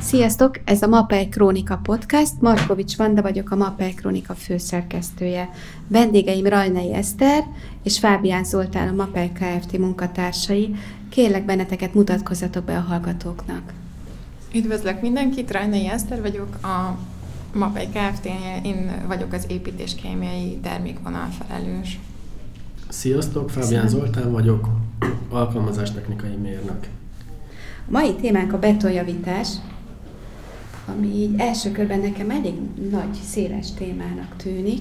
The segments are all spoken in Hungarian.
Sziasztok! Ez a Mapei Krónika Podcast. Markovics Vanda vagyok, a Mapei Krónika főszerkesztője. Vendégeim Rajnai Eszter és Fábián Zoltán, a Mapei Kft. Munkatársai. Kérlek benneteket, mutatkozzatok be a hallgatóknak. Üdvözlök mindenkit, Rajnai Eszter vagyok, a Mapei Kft. Én vagyok az építéskémiai termékvonal felelős. Sziasztok, Fábián Zoltán vagyok, alkalmazástechnikai mérnök. A mai témánk a betonjavítás, ami így első körben nekem elég nagy, széles témának tűnik.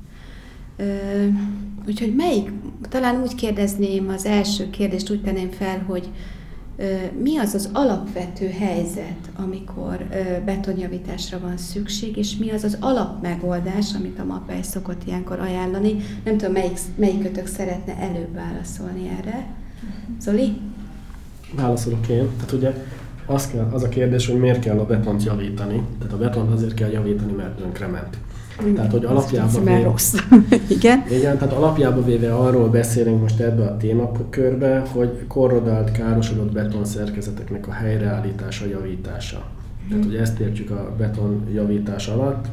Úgyhogy talán úgy kérdezném, az első kérdést úgy tenném fel, hogy mi az az alapvető helyzet, amikor betonjavításra van szükség, és mi az az alapmegoldás, amit a Mapei szokott ilyenkor ajánlani. Nem tudom, melyikötök szeretne előbb válaszolni erre. Zoli? Válaszolok én. Tehát ugye az a kérdés, hogy miért kell a betont javítani. Tehát a betont azért kell javítani, mert tönkrement. Tehát, hogy alapjában véve... rossz. Igen? Igen, tehát alapjában véve arról beszélünk most ebbe a témakörbe, hogy korrodált, károsodott betonszerkezeteknek a helyreállítása, javítása. Tehát, hogy ezt értjük a beton javítás alatt.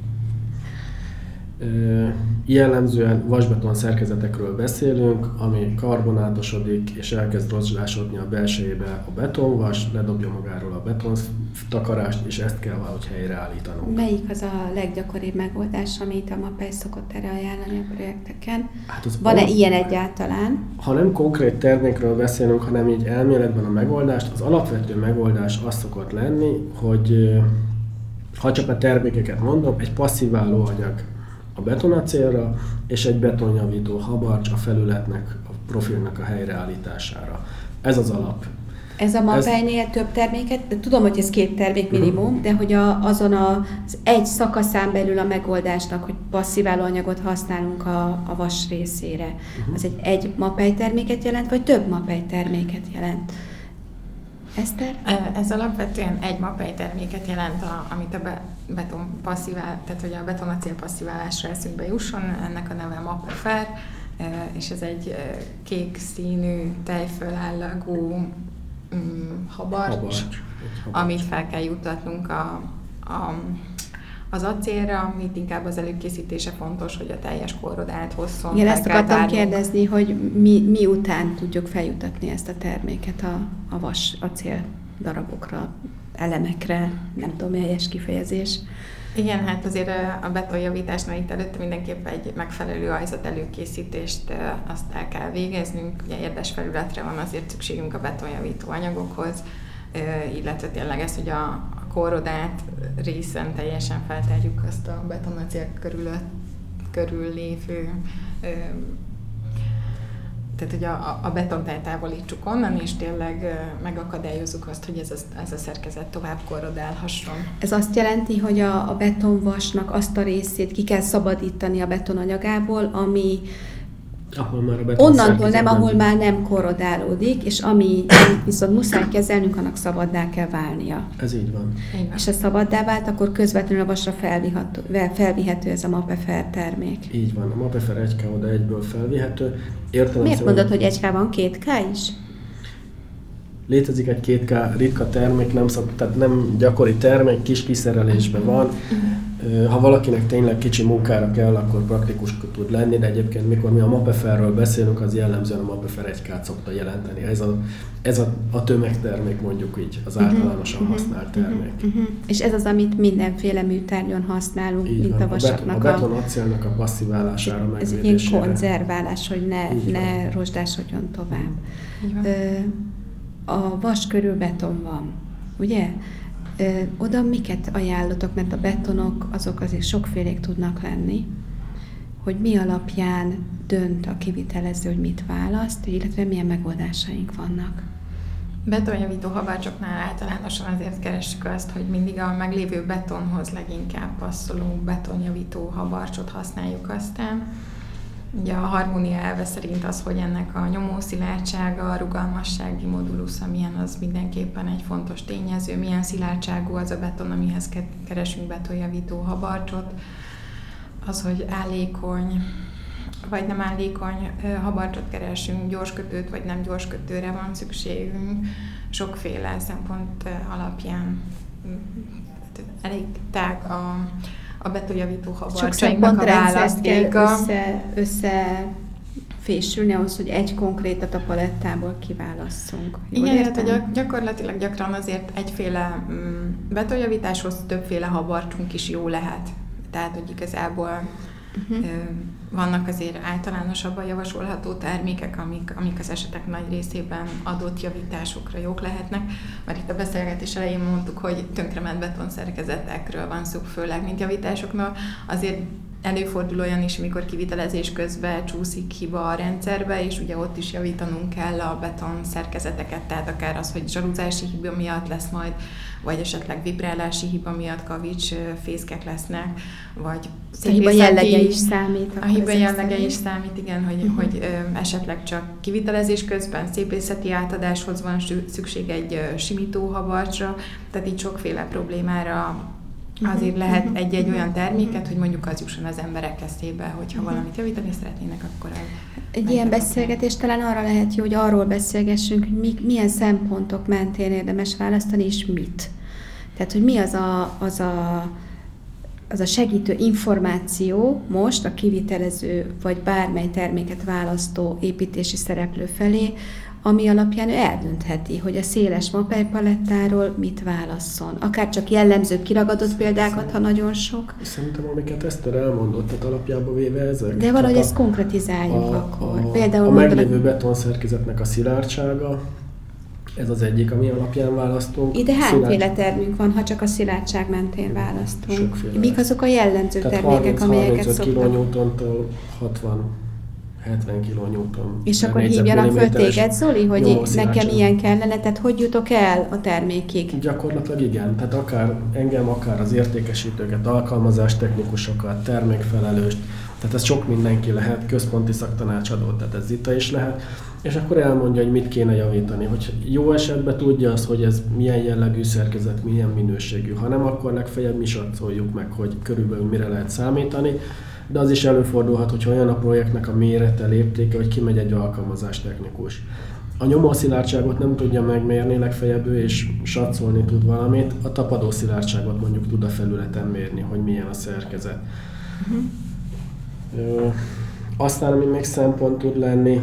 Jellemzően vasbeton szerkezetekről beszélünk, ami karbonátosodik és elkezd rozsdásodni a belsejébe a betonvas, ledobja magáról a betontakarást, és ezt kell valahogy helyreállítanunk. Melyik az a leggyakoribb megoldás, amit a Mapei szokott erre ajánlani a projekteken? Van-e ilyen egyáltalán? Ha nem konkrét termékről beszélünk, hanem így elméletben a megoldást, az alapvető megoldás az szokott lenni, hogy ha csak a termékeket mondom, egy passziváló anyag a betonacélra, és egy betonjavító habarcs a felületnek, a profilnak a helyreállítására. Ez az alap. Ez a Mapeinél több terméket, de tudom, hogy ez 2 termék minimum, de hogy azon az egy szakaszán belül a megoldásnak, hogy passziváló anyagot használunk a vas részére. Az egy Mapei terméket jelent, vagy több Mapei terméket jelent? Eszter? Ez alapvetően egy Mapei terméket jelent, amit a beton passzivál, tehát hogy a betonacél passziválásra eszünkbe jusson, ennek a neve Mapefer, és ez egy kék színű, tejfölállagú habarcs, amit fel kell juttatnunk az acélra, amit inkább az előkészítése fontos, hogy a teljes korrodált hosszon. Igen, ezt akartam kérdezni, hogy mi után tudjuk feljutatni ezt a terméket a vas acél darabokra, elemekre, nem tudom, mi helyes kifejezés. Igen, hát azért a betonjavításnál itt előtte mindenképp egy megfelelő ajzat előkészítést azt el kell végeznünk. Ugye érdes felületre van azért szükségünk a betonjavító anyagokhoz, illetve tényleg ez, hogy a korrodált részen teljesen feltárjuk azt a betonacél körül lévő, tehát hogy a betont eltávolítsuk onnan, és tényleg megakadályozzuk azt, hogy ez a szerkezet tovább korrodálhasson. Ez azt jelenti, hogy a betonvasnak azt a részét ki kell szabadítani a betonanyagából, ami onnantól nem, ahol már nem korrodálódik, és amit viszont muszáj kezelnünk, annak szabaddá kell válnia. Ez így van. És ha szabaddá vált, akkor közvetlenül a vasra felvihető ez a Mapefer termék. Így van, a Mapefer 1K oda egyből felvihető. Miért mondod, hogy 1K van, 2K is? Létezik egy 2K ritka termék, tehát nem gyakori termék, kis kiszerelésben van. Ha valakinek tényleg kicsi munkára kell, akkor praktikus tud lenni, de egyébként mikor mi a Mapeferről beszélünk, az jellemzően a Mapefer 1K-t szokta jelenteni. Ez a tömegtermék, mondjuk így, az általánosan használt termék. És ez az, amit mindenféle műtárgyon használunk, így mint van. A vasaknak a betonacélnak a passzíválására, megvédésére. Ez egy ilyen konzerválás, hogy ne rozsdásodjon tovább. A vas körül beton van, ugye? Oda miket ajánlotok, mert a betonok azok azért sokfélék tudnak lenni, hogy mi alapján dönt a kivitelező, hogy mit választ, illetve milyen megoldásaink vannak. Betonjavító habarcsoknál általánosan azért keressük azt, hogy mindig a meglévő betonhoz leginkább passzoló betonjavító habarcsot használjuk aztán. Ugye a harmónia elve szerint az, hogy ennek a nyomószilárdsága, a rugalmassági modulusa milyen, az mindenképpen egy fontos tényező, milyen szilárdságú az a beton, amihez keresünk betonjavító habarcsot, az, hogy állékony, vagy nem állékony habarcsot keresünk, gyorskötőt vagy nem gyorskötőre van szükségünk, sokféle szempont alapján elég tág a betonjavító Sok habarcsainknak a szempontrendszert kell választéka. összefésülni ahhoz, hogy egy konkrétat a palettából kiválasszunk. Jól Igen, értem? tehát gyakorlatilag gyakran azért egyféle betonjavításhoz többféle habarcsunk is jó lehet. Tehát, hogy igazából vannak azért általánosabban javasolható termékek, amik az esetek nagy részében adott javításokra jók lehetnek. Mert itt a beszélgetés elején mondtuk, hogy tönkrement betonszerkezetekről van szó, főleg mint javításoknál. Azért előfordul olyan is, amikor kivitelezés közben csúszik hiba a rendszerbe, és ugye ott is javítanunk kell a beton szerkezeteket, tehát akár az, hogy zsaluzási hiba miatt lesz majd, vagy esetleg vibrálási hiba miatt kavics fészkek lesznek, vagy a hiba jellege is számít. A hiba jellege is számít, igen, hogy esetleg csak kivitelezés közben szépészeti átadáshoz van szükség egy simítóhabarcsra, tehát így sokféle problémára azért lehet egy-egy olyan terméket, hogy mondjuk az jusson az emberek eszébe, hogyha valamit javítani szeretnének, akkor egy ilyen beszélgetés talán arra lehet jó, hogy arról beszélgessünk, hogy milyen szempontok mentén érdemes választani, és mit. Tehát, hogy mi az a segítő információ most a kivitelező, vagy bármely terméket választó építési szereplő felé, ami alapján ő eldöntheti, hogy a széles mapelypalettáról mit válasszon. Akár csak jellemző kiragadott példákat, ha nagyon sok. Szerintem, amiket Eszter elmondott, tehát alapjában véve ezek. De valahogy ezt konkretizáljuk akkor. Például a meglévő betonszerkezetnek a szilárdsága, ez az egyik, ami alapján választunk. Ide hányféle termünk van, ha csak a szilárdság mentén választunk? Sokféle. Mik azok a jellemző termékek, amelyeket szoktak? 35 kN-től 60-70 kN. És akkor hívjanak föl téged, Zoli, hogy nekem ilyen kellene, tehát hogy jutok el a termékig? Gyakorlatilag igen, tehát akár engem, akár az értékesítőket, alkalmazástechnikusokat, termékfelelőst, tehát ez sok mindenki lehet, központi szaktanácsadó, tehát ez Zita is lehet, és akkor elmondja, hogy mit kéne javítani. Hogy jó esetben tudja azt, hogy ez milyen jellegű szerkezet, milyen minőségű, ha nem, akkor legfeljebb mi satszoljuk meg, hogy körülbelül mire lehet számítani, de az is előfordulhat, hogy olyan a projektnek a mérete, léptéke, hogy kimegy egy alkalmazástechnikus. A nyomószilárdságot nem tudja megmérni, legfeljebb ő és satszolni tud valamit, a tapadószilárdságot mondjuk tud a felületen mérni, hogy milyen a szerkezet. Aztán, ami még szempont tud lenni,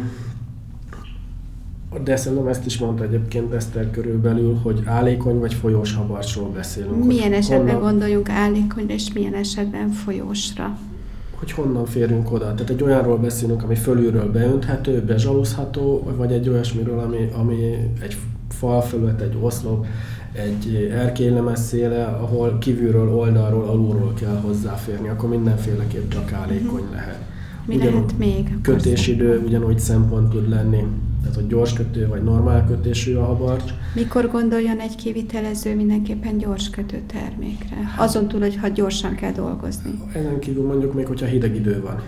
de szerintem ezt is mondta egyébként Eszter körülbelül, hogy állékony vagy folyós habarcsról beszélünk. Milyen esetben gondoljunk állékonyra, és milyen esetben folyósra? Hogy honnan férünk oda. Tehát egy olyanról beszélünk, ami fölülről beönthető, bezsaluzható, vagy egy olyasmiről, ami egy falfelület, egy oszlop, egy erkélylemez széle, ahol kívülről, oldalról, alulról kell hozzáférni, akkor mindenféleképp csak állékony lehet. Mi lehet még? Kötésidő ugyanúgy szempont tud lenni, tehát hogy gyors kötő vagy normál kötésű a habarcs. Mikor gondoljon egy kivitelező mindenképpen gyors kötő termékre? Azon túl, hogy ha gyorsan kell dolgozni. Ezen kívül mondjuk még, hogyha hideg idő van.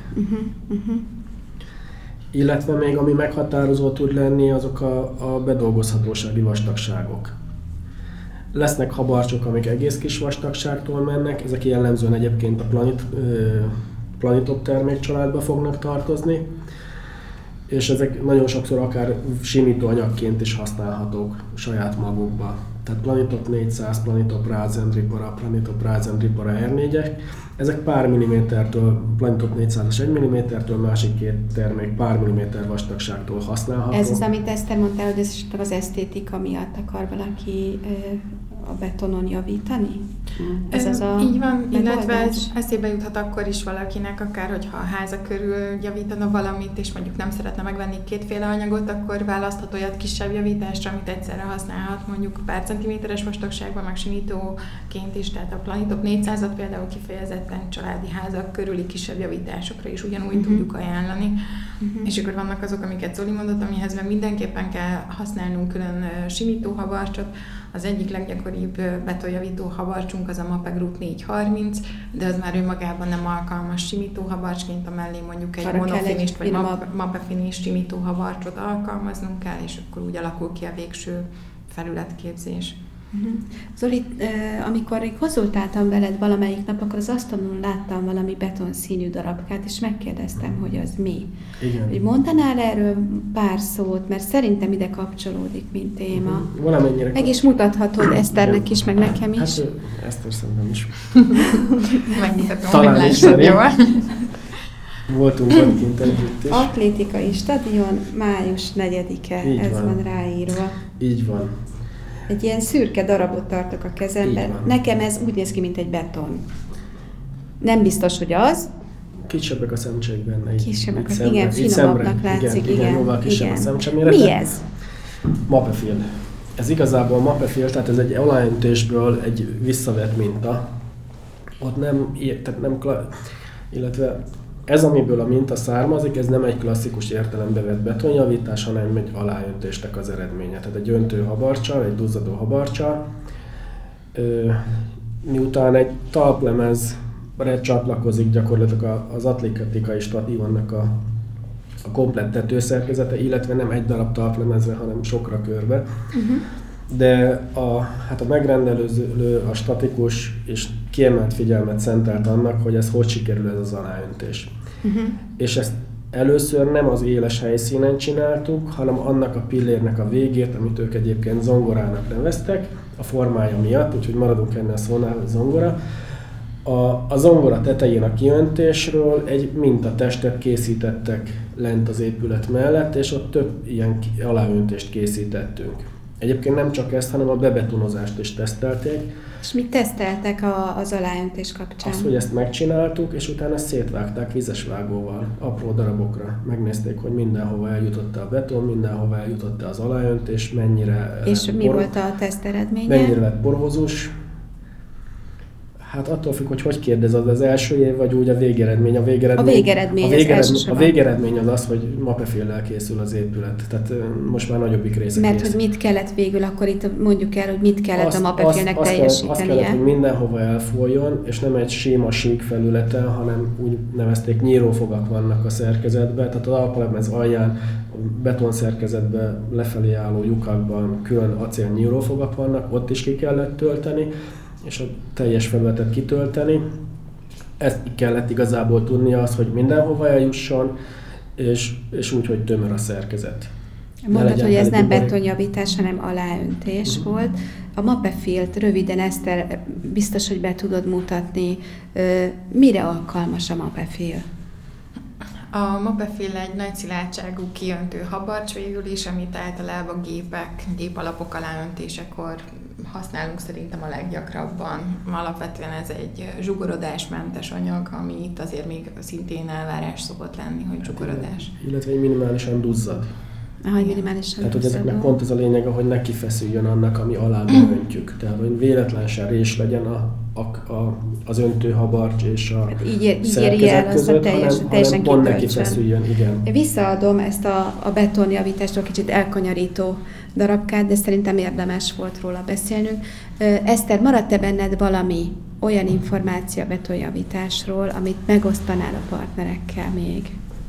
Illetve még ami meghatározó tud lenni, azok a bedolgozhatósági vastagságok. Lesznek habarcsok, amik egész kis vastagságtól mennek, ezek jellemzően egyébként a Planitop termékcsaládba fognak tartozni, és ezek nagyon sokszor akár simítóanyagként is használhatók saját magukba. Tehát Planitop 400, Planitop Razendripora, Planitop Razendripora R4-ek, ezek pár millimétertől, Planitop 400-as 1 millimétertől, másik két termék pár milliméter vastagságtól használható. Ez az, amit Eszter mondtál, hogy ez az esztétika miatt akar valaki a betonon javítani? Ez az a így van, megoldás? illetve eszébe juthat akkor is valakinek, akár hogyha a háza körül javítana valamit, és mondjuk nem szeretne megvenni kétféle anyagot, akkor választhat olyat kisebb javításra, amit egyszerre használhat, mondjuk pár centiméteres vastagságban, meg simítóként is, tehát a Planitop 400-at például kifejezetten családi házak körüli kisebb javításokra is ugyanúgy tudjuk ajánlani. És akkor vannak azok, amiket Zoli mondott, amihez mindenképpen kell használnunk külön simítóhabarcsot. Az egyik leggyakoribb betonjavító habarcsunk az a Mapegroup 430, de az már önmagában nem alkalmas simítóhabarcsként, amellé mondjuk egy monofinist vagy mapefinist simítóhabarcsot alkalmaznunk kell, és akkor úgy alakul ki a végső felületképzés. Zoli, amikor én konzultáltam veled valamelyik nap, akkor az asztalon láttam valami betonszínű darabkát, és megkérdeztem, hogy az mi. Igen. Hogy mondanál erről pár szót, mert szerintem ide kapcsolódik, mint téma. Valamennyire. Meg is mutathatod Eszternek is, meg nekem is. Hát Eszter szerintem is. Megmutatom, Talán hogy ismeri. lássad jól. Voltunk ott kint együtt is. Atlétikai stadion, május 4-e, Így ez van. van ráírva. Így van. Egy ilyen szürke darabot tartok a Így kezemben. van. Nekem ez úgy néz ki, mint egy beton. Nem biztos, hogy az. Kisebbek a szemcsék benne. így- Kisebbek, így szemre- igen, így finomabbnak szemre. látszik, Igen, jóval kisebb a szemcsemérete. Mi ez? Mapefil. Ez igazából Mapefil, tehát ez egy olajöntésből egy visszavett minta. Ott illetve ez, amiből a minta származik, ez nem egy klasszikus értelembe vett betonjavítás, hanem egy aláöntésnek az eredménye. Tehát egy öntő habarccsal, egy duzzadó habarccsal, miután egy talplemezre csatlakozik gyakorlatilag az atlétikai stadionnak a komplett tetőszerkezete, illetve nem egy darab talplemezre, hanem sokra körbe. De a megrendelő, a statikus és kiemelt figyelmet szentelt annak, hogy ez hogy sikerül ez az aláöntés. És ezt először nem az éles helyszínen csináltuk, hanem annak a pillérnek a végét, amit ők egyébként zongorának neveztek, a formája miatt, úgyhogy maradunk ennél a szónál, hogy zongora. A zongora tetején a kiöntésről egy mintatestet készítettek lent az épület mellett, és ott több ilyen aláöntést készítettünk. Egyébként nem csak ezt, hanem a bebetonozást is tesztelték. És mit teszteltek az aláöntés kapcsán? Azt, hogy ezt megcsináltuk, és utána szétvágták vizesvágóval, apró darabokra. Megnézték, hogy mindenhova eljutott a beton, mindenhova eljutott az aláöntés, mennyire És mi volt a teszt eredménye? mennyire lett porhózus. Hát attól függ, hogy kérdezed, az első év, vagy úgy a végeredmény. A végeredmény az az, hogy Mapefillel készül az épület. Tehát most már nagyobbik része Mert kész. hogy mit kellett végül, akkor itt mondjuk el, hogy mit kellett a Mapefillnek teljesítenie. Azt kellett, hogy mindenhova elfolyjon, és nem egy sima sík felületen, hanem úgy nevezték, nyírófogak vannak a szerkezetben. Tehát az alaplemez alján, beton szerkezetben lefelé álló lyukakban külön acél nyírófogak vannak, ott is ki kellett tölteni, és a teljes felületet kitölteni. Ezt kellett igazából tudnia az, hogy mindenhova eljusson, és úgy, hogy tömör a szerkezet. Mondtad, hogy ez nem betonjavítás, hanem aláöntés volt. A Mapefilt röviden, Eszter, biztos, hogy be tudod mutatni, mire alkalmas a Mapefil? A Mapefil egy nagy szilárdságú kiöntő habarcs végül is, amit általában gépalapok aláöntésekor használunk szerintem a leggyakrabban. Alapvetően ez egy zsugorodásmentes anyag, ami itt azért még szintén elvárás szokott lenni, hogy zsugorodás. Illetve egy minimálisan duzzad. Minimálisan Tehát, hogy ezeknek pont ez a lényege, hogy ne kifeszüljön annak, ami alá öntjük. Tehát, hogy véletlensen rés legyen az öntőhabarcs és a szerkezet között, hanem pont ne kifeszüljön, igen. Visszaadom ezt a betonjavítástól kicsit elkanyarító darabkát, de szerintem érdemes volt róla beszélnünk. Eszter, maradt-e benned valami olyan információ a betonjavításról, amit megosztanál a partnerekkel még?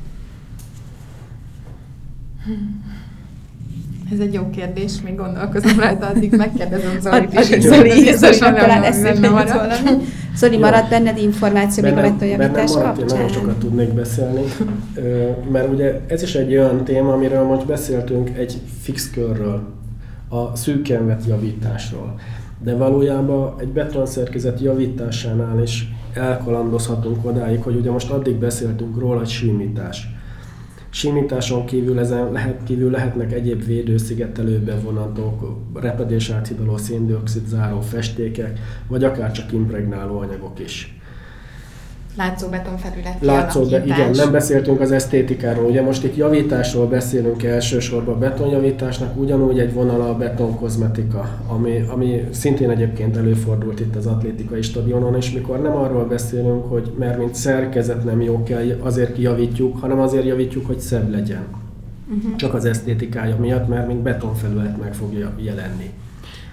Ez egy jó kérdés, még gondolkozom rajta, addig megkérdezem Zolit is, hogy Zoli talán eszébe jut valami. Zoli, maradt benned információ még a betonjavítás kapcsán? Én nagyon sokat tudnék beszélni, mert ugye ez is egy olyan téma, amiről most beszéltünk egy fix körről, a szűken vett javításról. De valójában egy betonszerkezet javításánál is elkalandozhatunk odáig, hogy ugye most addig beszéltünk róla, hogy simítás. Simításon kívül lehetnek egyéb védőszigetelő bevonatok, repedés áthidaló széndioxid záró festékek, vagy akár csak impregnáló anyagok is. Látszóbeton felület kialakítás. Igen, nem beszéltünk az esztétikáról. Ugye most itt javításról beszélünk elsősorban, betonjavításnak ugyanúgy egy vonala a betonkozmetika, ami szintén egyébként előfordult itt az atlétikai stadionon, és mikor nem arról beszélünk, hogy mert mint szerkezet nem jó kell, azért javítjuk, hanem azért javítjuk, hogy szebb legyen. Csak az esztétikája miatt, mert mint betonfelület meg fogja jelenni.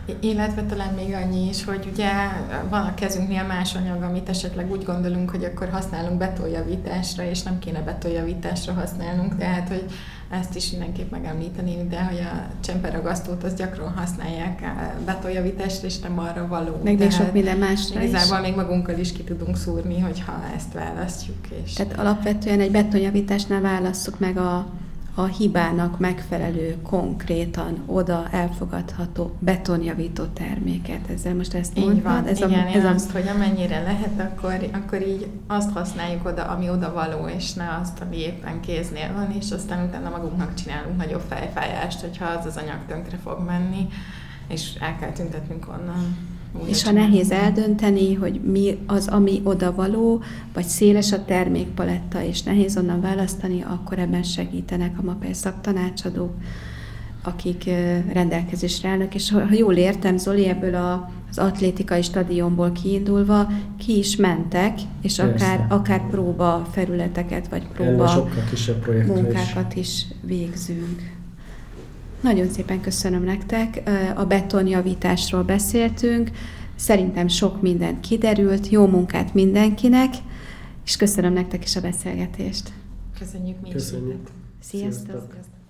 Illetve talán még annyi is, hogy ugye van a kezünknél más anyag, amit esetleg úgy gondolunk, hogy akkor használunk betonjavításra, és nem kéne betonjavításra használnunk, tehát hogy ezt is mindenképp megemlíteni, de hogy a csemperagasztót azt gyakran használják betonjavításra, és nem arra való. Meg még sok minden másra igazából is. még magunkkal is ki tudunk szúrni, hogyha ezt választjuk. És Tehát alapvetően egy betonjavításnál válasszuk meg a hibának megfelelő, konkrétan oda elfogadható betonjavító terméket. Ezzel most ezt mondtad? Így van, Ez azt, hogy amennyire lehet, akkor így azt használjuk oda, ami oda való, és ne azt, ami éppen kéznél van, és aztán utána magunknak csinálunk nagyobb fejfájást, hogyha az anyag tönkre fog menni, és el kell tüntetnünk onnan. És ha nehéz eldönteni, hogy mi az, ami odavaló, vagy széles a termékpaletta, és nehéz onnan választani, akkor ebben segítenek a MAPEI szaktanácsadók, akik rendelkezésre állnak. És ha jól értem, Zoli, ebből az atlétikai stadionból kiindulva ki is mentek, és akár próba felületeket, vagy próba munkákat is végzünk. Nagyon szépen köszönöm nektek, a betonjavításról beszéltünk, szerintem sok mindent kiderült, jó munkát mindenkinek, és köszönöm nektek is a beszélgetést. Köszönjük mi is. Köszönjük. Sziasztok! Sziasztok.